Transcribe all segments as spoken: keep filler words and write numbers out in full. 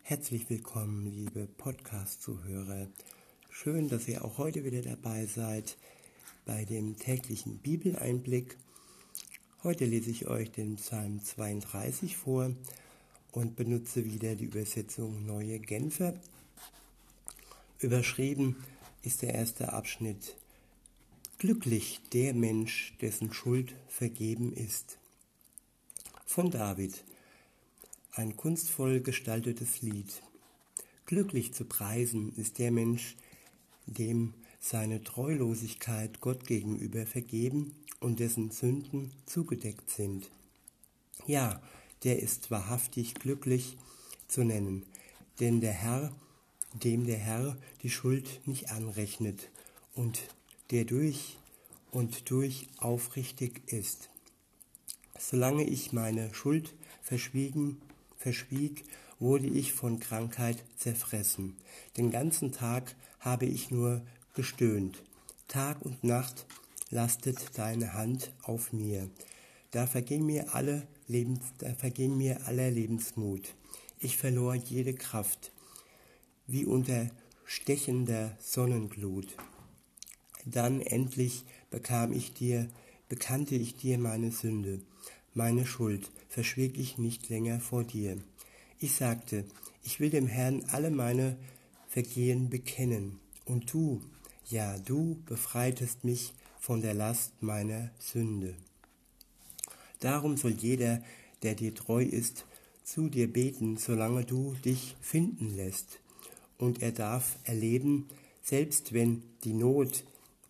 Herzlich willkommen, liebe Podcast-Zuhörer. Schön, dass ihr auch heute wieder dabei seid bei dem täglichen Bibeleinblick. Heute lese ich euch den Psalm zweiunddreißig vor und benutze wieder die Übersetzung Neue Genfer. Überschrieben ist der erste Abschnitt: Glücklich der Mensch, dessen Schuld vergeben ist. Von David. Ein kunstvoll gestaltetes Lied. Glücklich zu preisen ist der Mensch, dem seine Treulosigkeit Gott gegenüber vergeben und dessen Sünden zugedeckt sind. Ja, der ist wahrhaftig glücklich zu nennen, denn der Herr, dem der Herr die Schuld nicht anrechnet und der durch und durch aufrichtig ist. Solange ich meine Schuld verschwiegen verschwieg, wurde ich von Krankheit zerfressen. Den ganzen Tag habe ich nur gestöhnt. Tag und Nacht lastet deine Hand auf mir. Da verging mir alle Lebens, da verging mir aller Lebensmut. Ich verlor jede Kraft, wie unter stechender Sonnenglut. Dann endlich bekam ich dir, bekannte ich dir meine Sünde. Meine Schuld verschwieg ich nicht länger vor dir. Ich sagte, ich will dem Herrn alle meine Vergehen bekennen. Und du, ja, du befreitest mich von der Last meiner Sünde. Darum soll jeder, der dir treu ist, zu dir beten, solange du dich finden lässt. Und er darf erleben, selbst wenn die Not,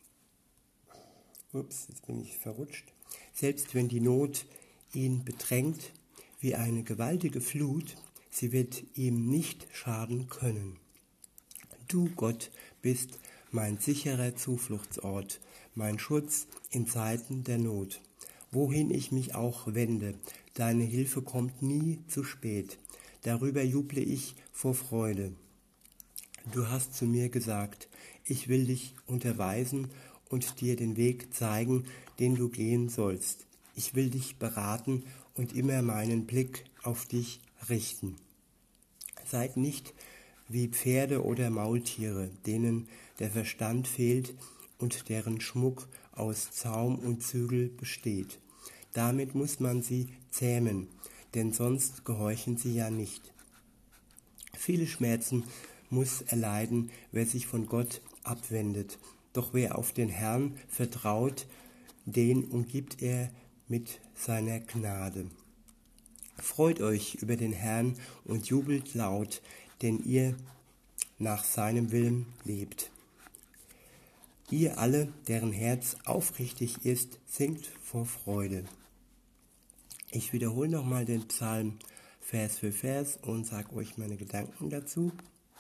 ups, jetzt bin ich verrutscht, selbst wenn die Not ihn bedrängt wie eine gewaltige Flut, sie wird ihm nicht schaden können. Du, Gott, bist mein sicherer Zufluchtsort, mein Schutz in Zeiten der Not. Wohin ich mich auch wende, deine Hilfe kommt nie zu spät. Darüber juble ich vor Freude. Du hast zu mir gesagt, ich will dich unterweisen und dir den Weg zeigen, den du gehen sollst. Ich will dich beraten und immer meinen Blick auf dich richten. Seid nicht wie Pferde oder Maultiere, denen der Verstand fehlt und deren Schmuck aus Zaum und Zügel besteht. Damit muss man sie zähmen, denn sonst gehorchen sie ja nicht. Viele Schmerzen muss erleiden, wer sich von Gott abwendet. Doch wer auf den Herrn vertraut, den umgibt er mit seiner Gnade. Freut euch über den Herrn und jubelt laut, denn ihr nach seinem Willen lebt. Ihr alle, deren Herz aufrichtig ist, singt vor Freude. Ich wiederhole nochmal den Psalm Vers für Vers und sage euch meine Gedanken dazu.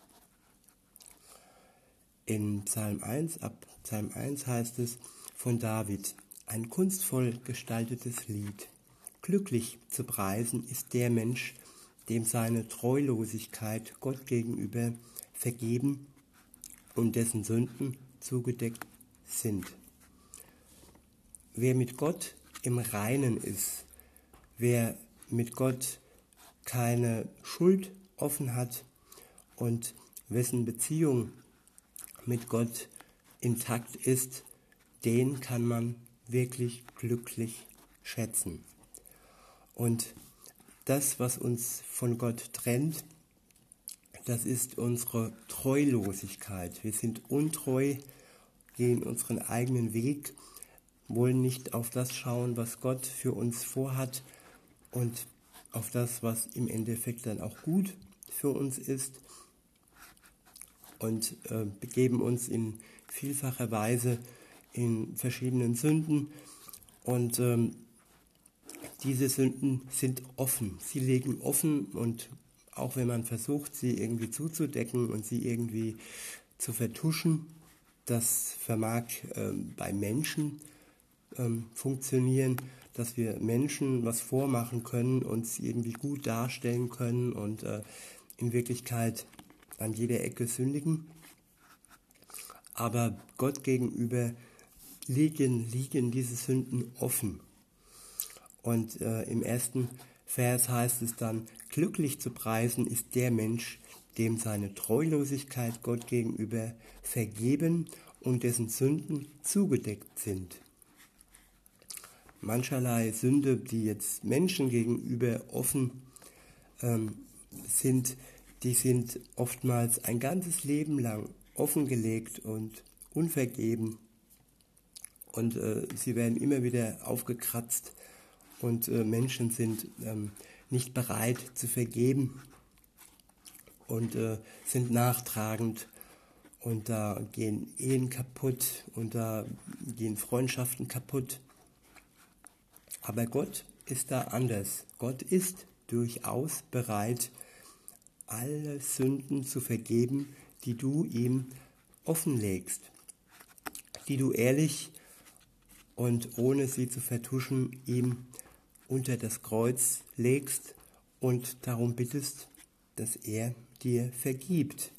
In Psalm eins, ab Psalm eins heißt es von David: Ein kunstvoll gestaltetes Lied. Glücklich zu preisen ist der Mensch, dem seine Treulosigkeit Gott gegenüber vergeben und dessen Sünden zugedeckt sind. Wer mit Gott im Reinen ist, wer mit Gott keine Schuld offen hat und wessen Beziehung mit Gott intakt ist, den kann man wirklich glücklich schätzen. Und das, was uns von Gott trennt, das ist unsere Treulosigkeit. Wir sind untreu, gehen unseren eigenen Weg, wollen nicht auf das schauen, was Gott für uns vorhat und auf das, was im Endeffekt dann auch gut für uns ist, und äh, begeben uns in vielfacher Weise in verschiedenen Sünden. Und ähm, diese Sünden sind offen. Sie liegen offen, und auch wenn man versucht, sie irgendwie zuzudecken und sie irgendwie zu vertuschen, das vermag ähm, bei Menschen ähm, funktionieren, dass wir Menschen was vormachen können und sie irgendwie gut darstellen können und äh, in Wirklichkeit an jeder Ecke sündigen. Aber Gott gegenüber liegen, liegen diese Sünden offen. Und äh, im ersten Vers heißt es dann: Glücklich zu preisen ist der Mensch, dem seine Treulosigkeit Gott gegenüber vergeben und dessen Sünden zugedeckt sind. Mancherlei Sünde, die jetzt Menschen gegenüber offen ähm, sind, die sind oftmals ein ganzes Leben lang offengelegt und unvergeben. Und äh, sie werden immer wieder aufgekratzt und äh, Menschen sind ähm, nicht bereit zu vergeben und äh, sind nachtragend. Und da gehen Ehen kaputt und da gehen Freundschaften kaputt. Aber Gott ist da anders. Gott ist durchaus bereit, alle Sünden zu vergeben, die du ihm offenlegst, die du ehrlich und ohne sie zu vertuschen ihm unter das Kreuz legst und darum bittest, dass er dir vergibt.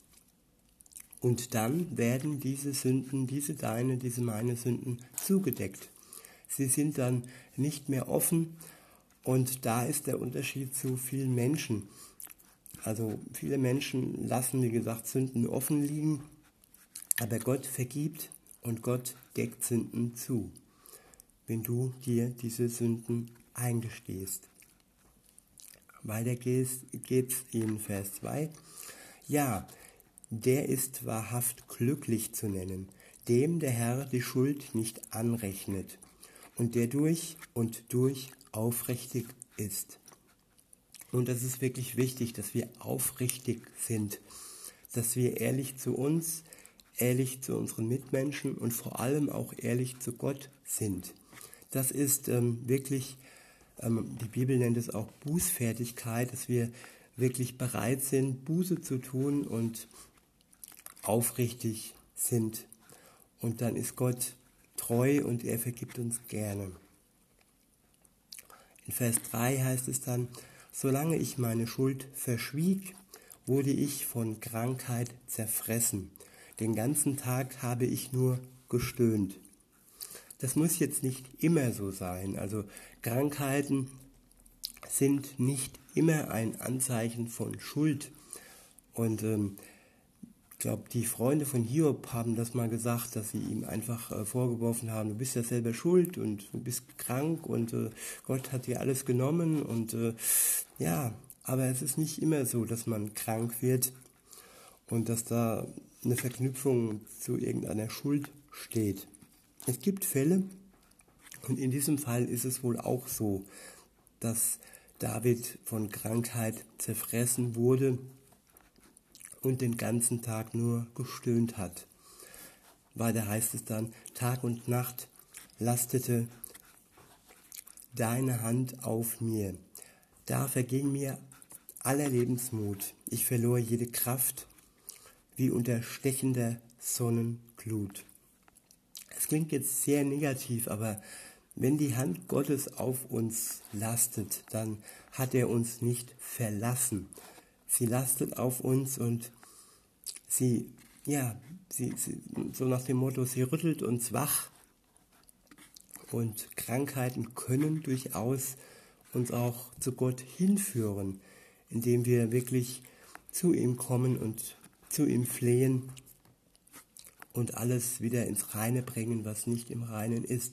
Und dann werden diese Sünden, diese deine, diese meine Sünden zugedeckt. Sie sind dann nicht mehr offen und da ist der Unterschied zu vielen Menschen. Also viele Menschen lassen, wie gesagt, Sünden offen liegen, aber Gott vergibt und Gott deckt Sünden zu, wenn du dir diese Sünden eingestehst. Weiter geht's in Vers zwei. Ja, der ist wahrhaft glücklich zu nennen, dem der Herr die Schuld nicht anrechnet und der durch und durch aufrichtig ist. Und das ist wirklich wichtig, dass wir aufrichtig sind, dass wir ehrlich zu uns, ehrlich zu unseren Mitmenschen und vor allem auch ehrlich zu Gott sind. Das ist ähm, wirklich, ähm, die Bibel nennt es auch Bußfertigkeit, dass wir wirklich bereit sind, Buße zu tun und aufrichtig sind. Und dann ist Gott treu und er vergibt uns gerne. In Vers drei heißt es dann, solange ich meine Schuld verschwieg, wurde ich von Krankheit zerfressen. Den ganzen Tag habe ich nur gestöhnt. Das muss jetzt nicht immer so sein. Also Krankheiten sind nicht immer ein Anzeichen von Schuld. Und ähm, ich glaube, die Freunde von Hiob haben das mal gesagt, dass sie ihm einfach äh, vorgeworfen haben, du bist ja selber schuld und du bist krank und äh, Gott hat dir alles genommen. Und äh, ja, aber es ist nicht immer so, dass man krank wird und dass da eine Verknüpfung zu irgendeiner Schuld steht. Es gibt Fälle, und in diesem Fall ist es wohl auch so, dass David von Krankheit zerfressen wurde und den ganzen Tag nur gestöhnt hat. Weiter heißt es dann, Tag und Nacht lastete deine Hand auf mir. Da verging mir aller Lebensmut. Ich verlor jede Kraft wie unter stechender Sonnenglut. Es klingt jetzt sehr negativ, aber wenn die Hand Gottes auf uns lastet, dann hat er uns nicht verlassen. Sie lastet auf uns und sie, ja, sie, sie, so nach dem Motto, sie rüttelt uns wach. Und Krankheiten können durchaus uns auch zu Gott hinführen, indem wir wirklich zu ihm kommen und zu ihm flehen und alles wieder ins Reine bringen, was nicht im Reinen ist.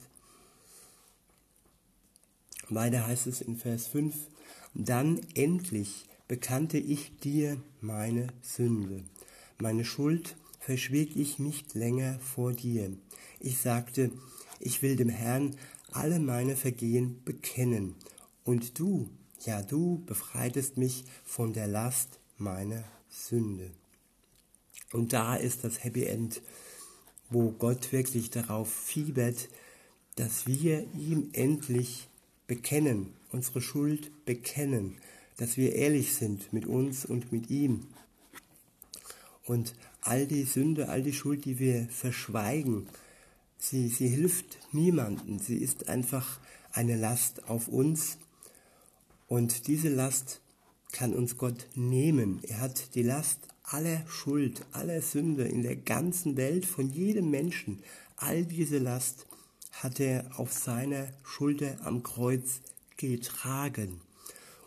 Weiter heißt es in Vers fünf, dann endlich bekannte ich dir meine Sünde. Meine Schuld verschwieg ich nicht länger vor dir. Ich sagte, ich will dem Herrn alle meine Vergehen bekennen. Und du, ja du, befreitest mich von der Last meiner Sünde. Und da ist das Happy End, wo Gott wirklich darauf fiebert, dass wir ihm endlich bekennen, unsere Schuld bekennen, dass wir ehrlich sind mit uns und mit ihm. Und all die Sünde, all die Schuld, die wir verschweigen, sie, sie hilft niemandem. Sie ist einfach eine Last auf uns. Und diese Last kann uns Gott nehmen. Er hat die Last aller Schuld, aller Sünde in der ganzen Welt, von jedem Menschen. All diese Last hat er auf seiner Schulter am Kreuz getragen.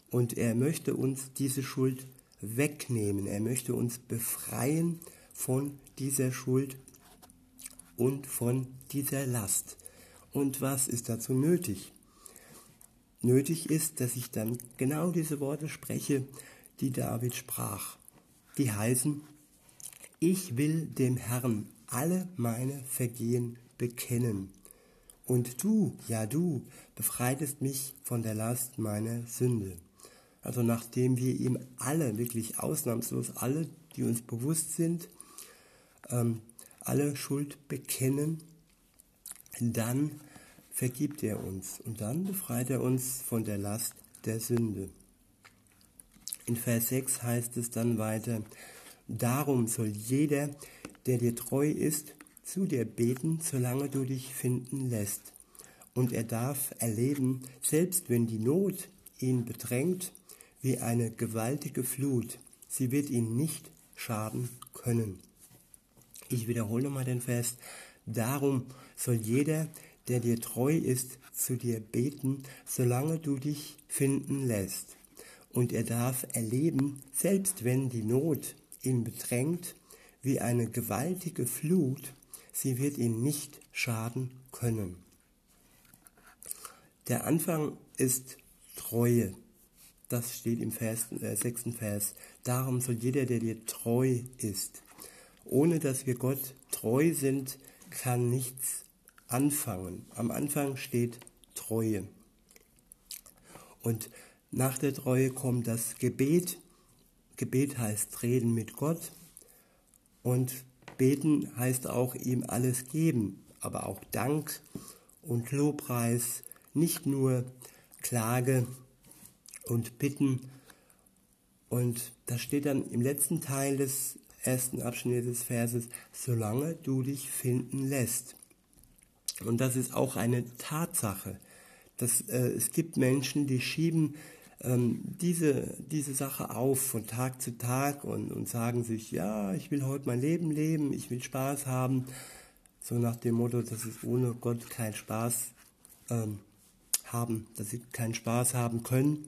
Und er möchte uns diese Schuld wegnehmen. Er möchte uns befreien von dieser Schuld und von dieser Last. Und was ist dazu nötig? Nötig ist, dass ich dann genau diese Worte spreche, die David sprach. Die heißen: Ich will dem Herrn alle meine Vergehen bekennen. Und du, ja du, befreitest mich von der Last meiner Sünde. Also nachdem wir ihm alle, wirklich ausnahmslos alle, die uns bewusst sind, ähm, alle Schuld bekennen, dann vergibt er uns und dann befreit er uns von der Last der Sünde. In Vers sechs heißt es dann weiter: Darum soll jeder, der dir treu ist, zu dir beten, solange du dich finden lässt. Und er darf erleben, selbst wenn die Not ihn bedrängt, wie eine gewaltige Flut, sie wird ihn nicht schaden können. Ich wiederhole nochmal den Vers: Darum soll jeder, der dir treu ist, zu dir beten, solange du dich finden lässt. Und er darf erleben, selbst wenn die Not ihn bedrängt, wie eine gewaltige Flut, sie wird ihn nicht schaden können. Der Anfang ist Treue. Das steht im Vers, äh, sechsten Vers. Darum soll jeder, der dir treu ist. Ohne dass wir Gott treu sind, kann nichts anfangen. Am Anfang steht Treue. Und nach der Treue kommt das Gebet. Gebet heißt Reden mit Gott. Und Beten heißt auch ihm alles geben, aber auch Dank und Lobpreis, nicht nur Klage und Bitten. Und das steht dann im letzten Teil des ersten Abschnitts des Verses: Solange du dich finden lässt. Und das ist auch eine Tatsache. Dass, äh, es gibt Menschen, die schieben ähm, diese, diese Sache auf von Tag zu Tag und, und sagen sich: Ja, ich will heute mein Leben leben, ich will Spaß haben. So nach dem Motto, dass es ohne Gott keinen Spaß ähm, haben, dass sie keinen Spaß haben können.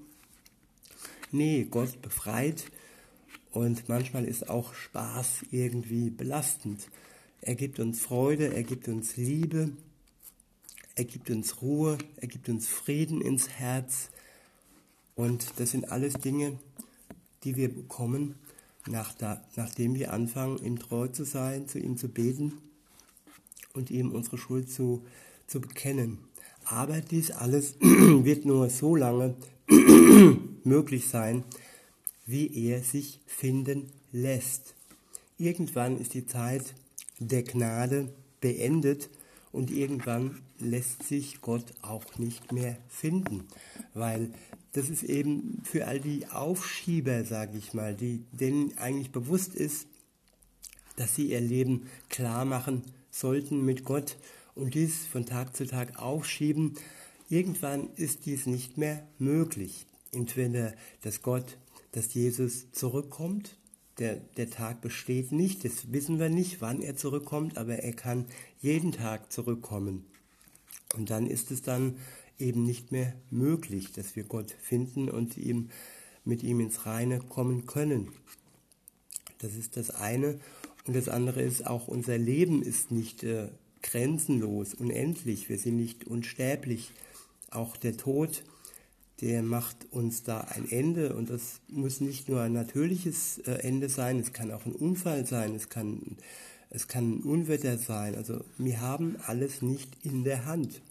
Nee, Gott befreit. Und manchmal ist auch Spaß irgendwie belastend. Er gibt uns Freude, er gibt uns Liebe, er gibt uns Ruhe, er gibt uns Frieden ins Herz. Und das sind alles Dinge, die wir bekommen, nach da, nachdem wir anfangen, ihm treu zu sein, zu ihm zu beten und ihm unsere Schuld zu, zu bekennen. Aber dies alles wird nur so lange möglich sein, wie er sich finden lässt. Irgendwann ist die Zeit der Gnade beendet und irgendwann lässt sich Gott auch nicht mehr finden, weil das ist eben für all die Aufschieber, sage ich mal, die, denen eigentlich bewusst ist, dass sie ihr Leben klar machen sollten mit Gott und dies von Tag zu Tag aufschieben. Irgendwann ist dies nicht mehr möglich. Entweder, dass Gott, dass Jesus zurückkommt, der, der Tag besteht nicht, das wissen wir nicht, wann er zurückkommt, aber er kann jeden Tag zurückkommen. Und dann ist es dann eben nicht mehr möglich, dass wir Gott finden und ihm, mit ihm ins Reine kommen können. Das ist das eine. Und das andere ist, auch unser Leben ist nicht äh, grenzenlos, unendlich. Wir sind nicht unsterblich. Auch der Tod, der macht uns da ein Ende. Und das muss nicht nur ein natürliches äh, Ende sein, es kann auch ein Unfall sein, es kann, es kann ein Unwetter sein. Also wir haben alles nicht in der Hand.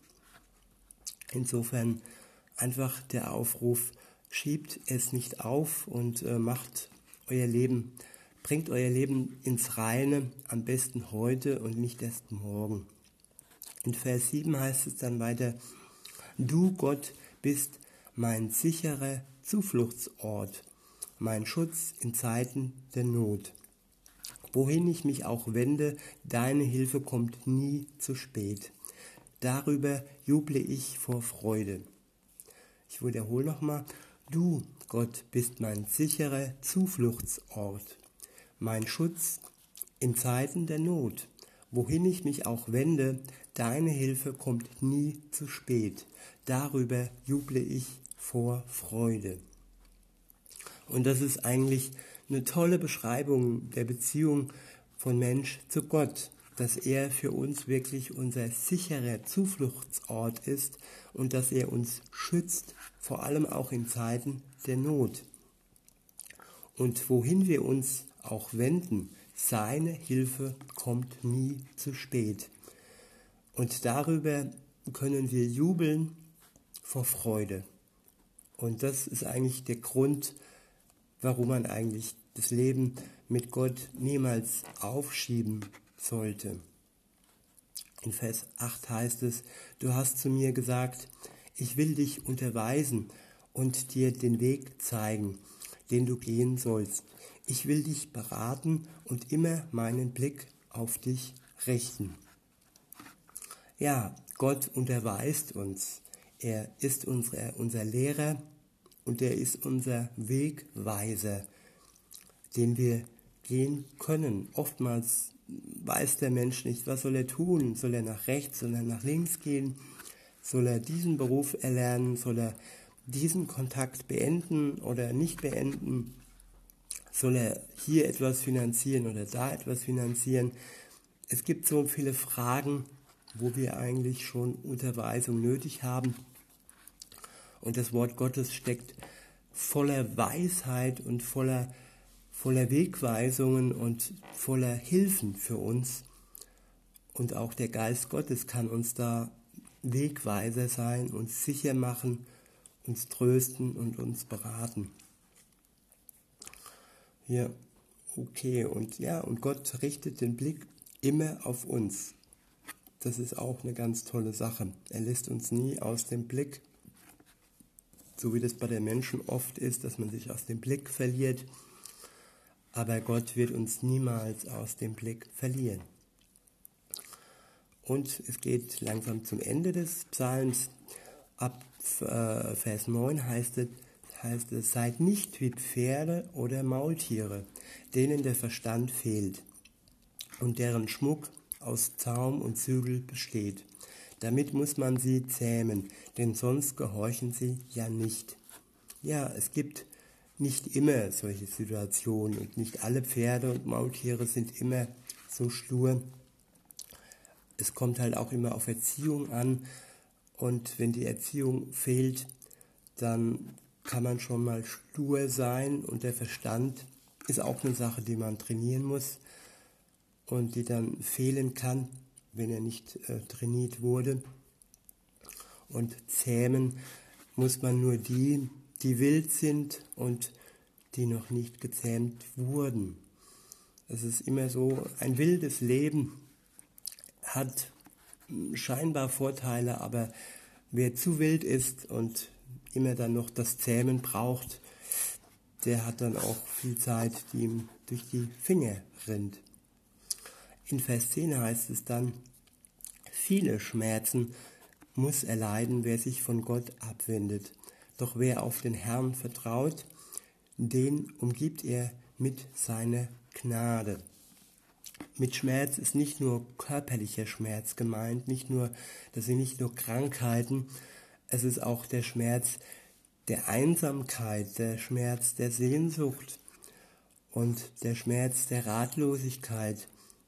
Insofern einfach der Aufruf: Schiebt es nicht auf und äh, macht euer Leben, bringt euer Leben ins Reine, am besten heute und nicht erst morgen. In Vers sieben heißt es dann weiter: Du, Gott, bist mein sicherer Zufluchtsort, mein Schutz in Zeiten der Not. Wohin ich mich auch wende, deine Hilfe kommt nie zu spät. Darüber juble ich vor Freude. Ich wiederhole nochmal: Du, Gott, bist mein sicherer Zufluchtsort, mein Schutz in Zeiten der Not. Wohin ich mich auch wende, deine Hilfe kommt nie zu spät. Darüber juble ich vor Freude. Und das ist eigentlich eine tolle Beschreibung der Beziehung von Mensch zu Gott, dass er für uns wirklich unser sicherer Zufluchtsort ist und dass er uns schützt, vor allem auch in Zeiten der Not. Und wohin wir uns auch wenden, seine Hilfe kommt nie zu spät. Und darüber können wir jubeln vor Freude. Und das ist eigentlich der Grund, warum man eigentlich das Leben mit Gott niemals aufschieben sollte. In Vers acht heißt es, du hast zu mir gesagt, ich will dich unterweisen und dir den Weg zeigen, den du gehen sollst. Ich will dich beraten und immer meinen Blick auf dich richten. Ja, Gott unterweist uns. Er ist unser, unser Lehrer und er ist unser Wegweiser, den wir gehen können. Oftmals weiß der Mensch nicht, was soll er tun? Soll er nach rechts, soll er nach links gehen? Soll er diesen Beruf erlernen? Soll er diesen Kontakt beenden oder nicht beenden? Soll er hier etwas finanzieren oder da etwas finanzieren? Es gibt so viele Fragen, wo wir eigentlich schon Unterweisung nötig haben. Und das Wort Gottes steckt voller Weisheit und voller, voller Wegweisungen und voller Hilfen für uns. Und auch der Geist Gottes kann uns da Wegweiser sein, uns sicher machen, uns trösten und uns beraten. Ja, okay, und ja, und Gott richtet den Blick immer auf uns. Das ist auch eine ganz tolle Sache. Er lässt uns nie aus dem Blick, so wie das bei den Menschen oft ist, dass man sich aus dem Blick verliert. Aber Gott wird uns niemals aus dem Blick verlieren. Und es geht langsam zum Ende des Psalms. Ab äh, Vers neun heißt es, heißt es, seid nicht wie Pferde oder Maultiere, denen der Verstand fehlt und deren Schmuck aus Zaum und Zügel besteht. Damit muss man sie zähmen, denn sonst gehorchen sie ja nicht. Ja, es gibt nicht immer solche Situationen und nicht alle Pferde und Maultiere sind immer so stur. Es kommt halt auch immer auf Erziehung an und wenn die Erziehung fehlt, dann kann man schon mal stur sein und der Verstand ist auch eine Sache, die man trainieren muss und die dann fehlen kann, wenn er nicht äh, trainiert wurde. Und zähmen muss man nur die, die wild sind und die noch nicht gezähmt wurden. Es ist immer so, ein wildes Leben hat scheinbar Vorteile, aber wer zu wild ist und immer dann noch das Zähmen braucht, der hat dann auch viel Zeit, die ihm durch die Finger rinnt. In Vers zehn heißt es dann, viele Schmerzen muss erleiden, wer sich von Gott abwendet. Doch wer auf den Herrn vertraut, den umgibt er mit seiner Gnade. Mit Schmerz ist nicht nur körperlicher Schmerz gemeint, nicht nur, das sind nicht nur Krankheiten, es ist auch der Schmerz der Einsamkeit, der Schmerz der Sehnsucht und der Schmerz der Ratlosigkeit.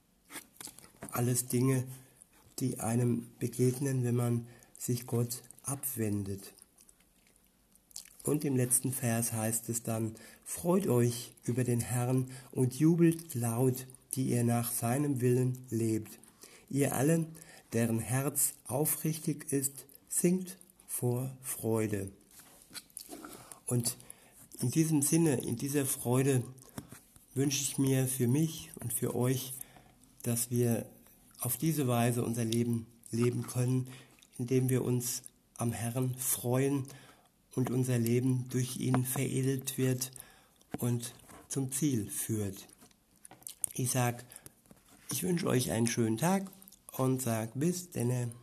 Alles Dinge, die einem begegnen, wenn man sich Gott abwendet. Und im letzten Vers heißt es dann, freut euch über den Herrn und jubelt laut, die ihr nach seinem Willen lebt. Ihr allen, deren Herz aufrichtig ist, singt vor Freude. Und in diesem Sinne, in dieser Freude wünsche ich mir für mich und für euch, dass wir auf diese Weise unser Leben leben können, indem wir uns am Herrn freuen und unser Leben durch ihn veredelt wird und zum Ziel führt. Ich sage, ich wünsche euch einen schönen Tag und sage bis denne.